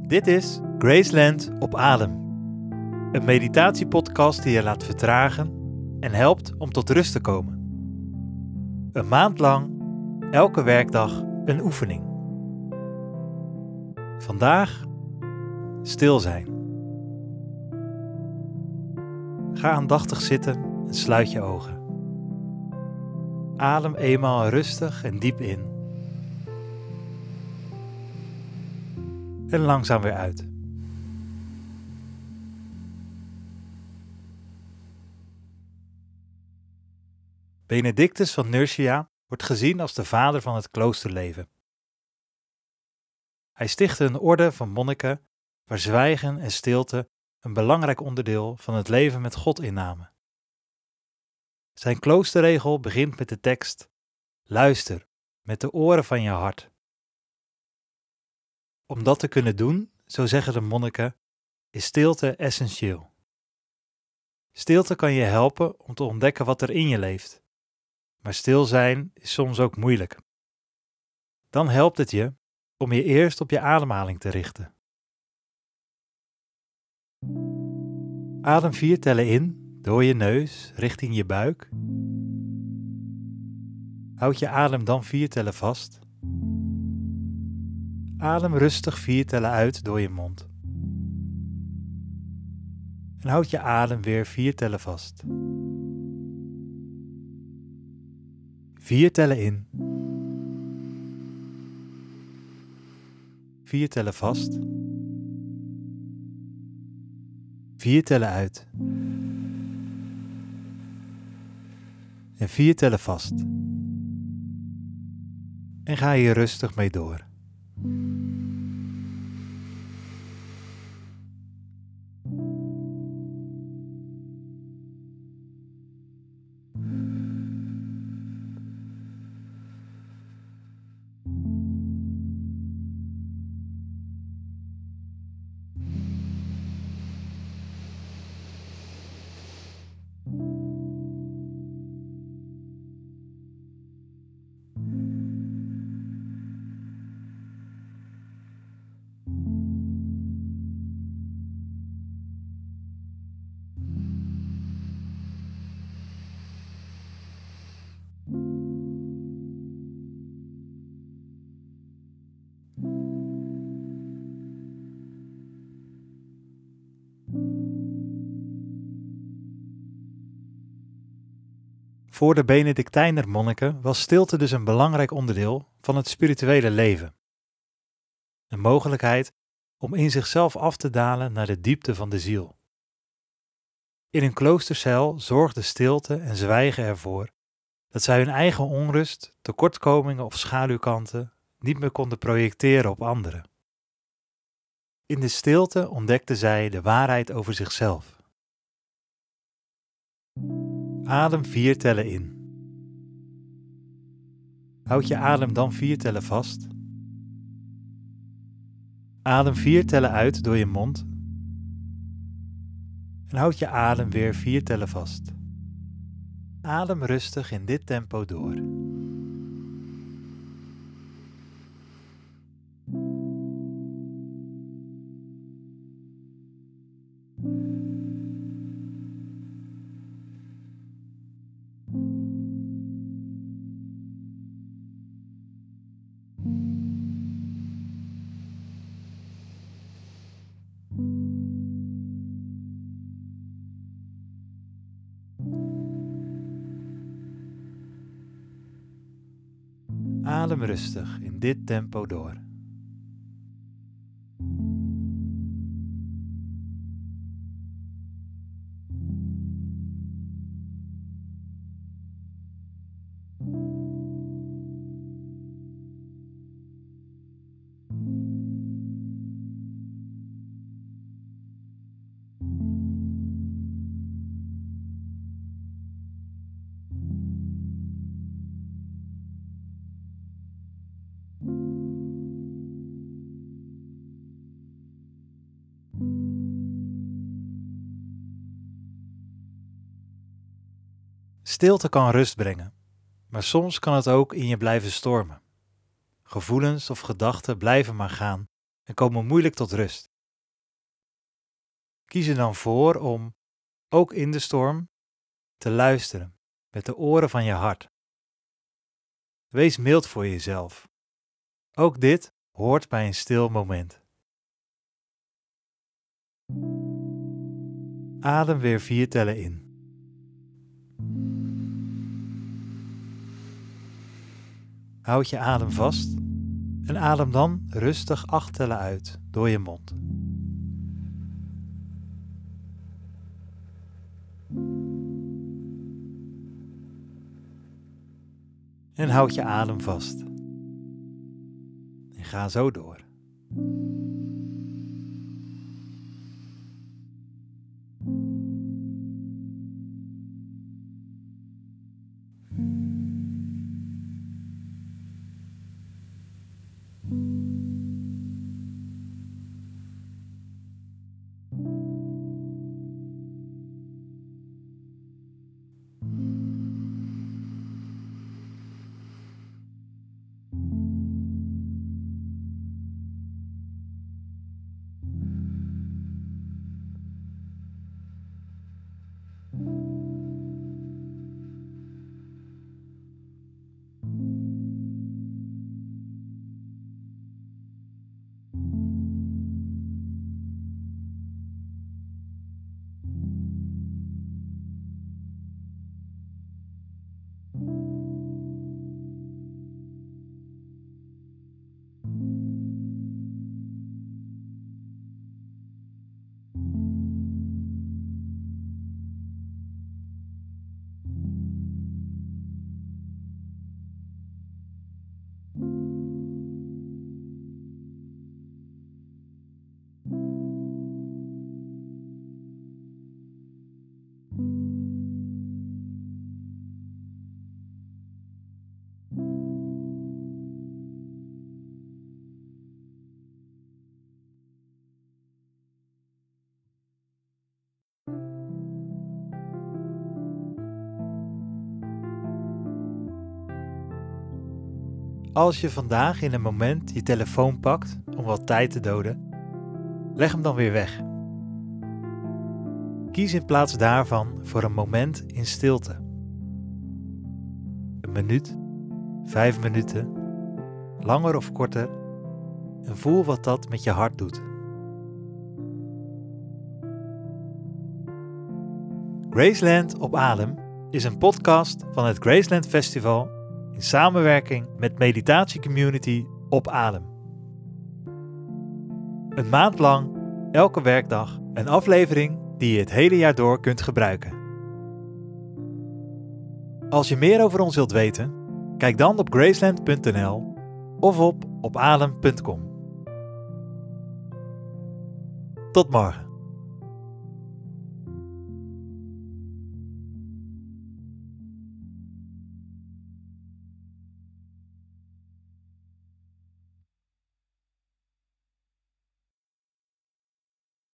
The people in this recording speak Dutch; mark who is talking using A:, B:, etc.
A: Dit is Graceland op adem. Een meditatiepodcast die je laat vertragen en helpt om tot rust te komen. Een maand lang, elke werkdag een oefening. Vandaag stil zijn. Ga aandachtig zitten en sluit je ogen. Adem eenmaal rustig en diep in. En langzaam weer uit. Benedictus van Nursia wordt gezien als de vader van het kloosterleven. Hij stichtte een orde van monniken waar zwijgen en stilte een belangrijk onderdeel van het leven met God innamen. Zijn kloosterregel begint met de tekst: luister met de oren van je hart. Om dat te kunnen doen, zo zeggen de monniken, is stilte essentieel. Stilte kan je helpen om te ontdekken wat er in je leeft. Maar stil zijn is soms ook moeilijk. Dan helpt het je om je eerst op je ademhaling te richten. Adem 4 tellen in door je neus richting je buik. Houd je adem dan 4 tellen vast. Adem rustig 4 tellen uit door je mond. En houd je adem weer 4 tellen vast. 4 tellen in. 4 tellen vast. 4 tellen uit. En 4 tellen vast. En ga hier rustig mee door. Voor de Benedictijner monniken was stilte dus een belangrijk onderdeel van het spirituele leven. Een mogelijkheid om in zichzelf af te dalen naar de diepte van de ziel. In een kloostercel zorgde stilte en zwijgen ervoor dat zij hun eigen onrust, tekortkomingen of schaduwkanten niet meer konden projecteren op anderen. In de stilte ontdekten zij de waarheid over zichzelf. Adem 4 tellen in. Houd je adem dan 4 tellen vast. Adem 4 tellen uit door je mond. En houd je adem weer 4 tellen vast. Adem rustig in dit tempo door. Adem rustig in dit tempo door. Stilte kan rust brengen, maar soms kan het ook in je blijven stormen. Gevoelens of gedachten blijven maar gaan en komen moeilijk tot rust. Kies er dan voor om, ook in de storm, te luisteren met de oren van je hart. Wees mild voor jezelf. Ook dit hoort bij een stil moment. Adem weer 4 tellen in. Houd je adem vast en adem dan rustig 8 tellen uit door je mond. En houd je adem vast. En ga zo door. Als je vandaag in een moment je telefoon pakt om wat tijd te doden, leg hem dan weer weg. Kies in plaats daarvan voor een moment in stilte. 1 minuut, 5 minuten, langer of korter, en voel wat dat met je hart doet. Graceland op Adem is een podcast van het Graceland Festival in samenwerking met meditatiecommunity Op Adem. Een maand lang, elke werkdag, een aflevering die je het hele jaar door kunt gebruiken. Als je meer over ons wilt weten, kijk dan op graceland.nl of op opadem.com. Tot morgen.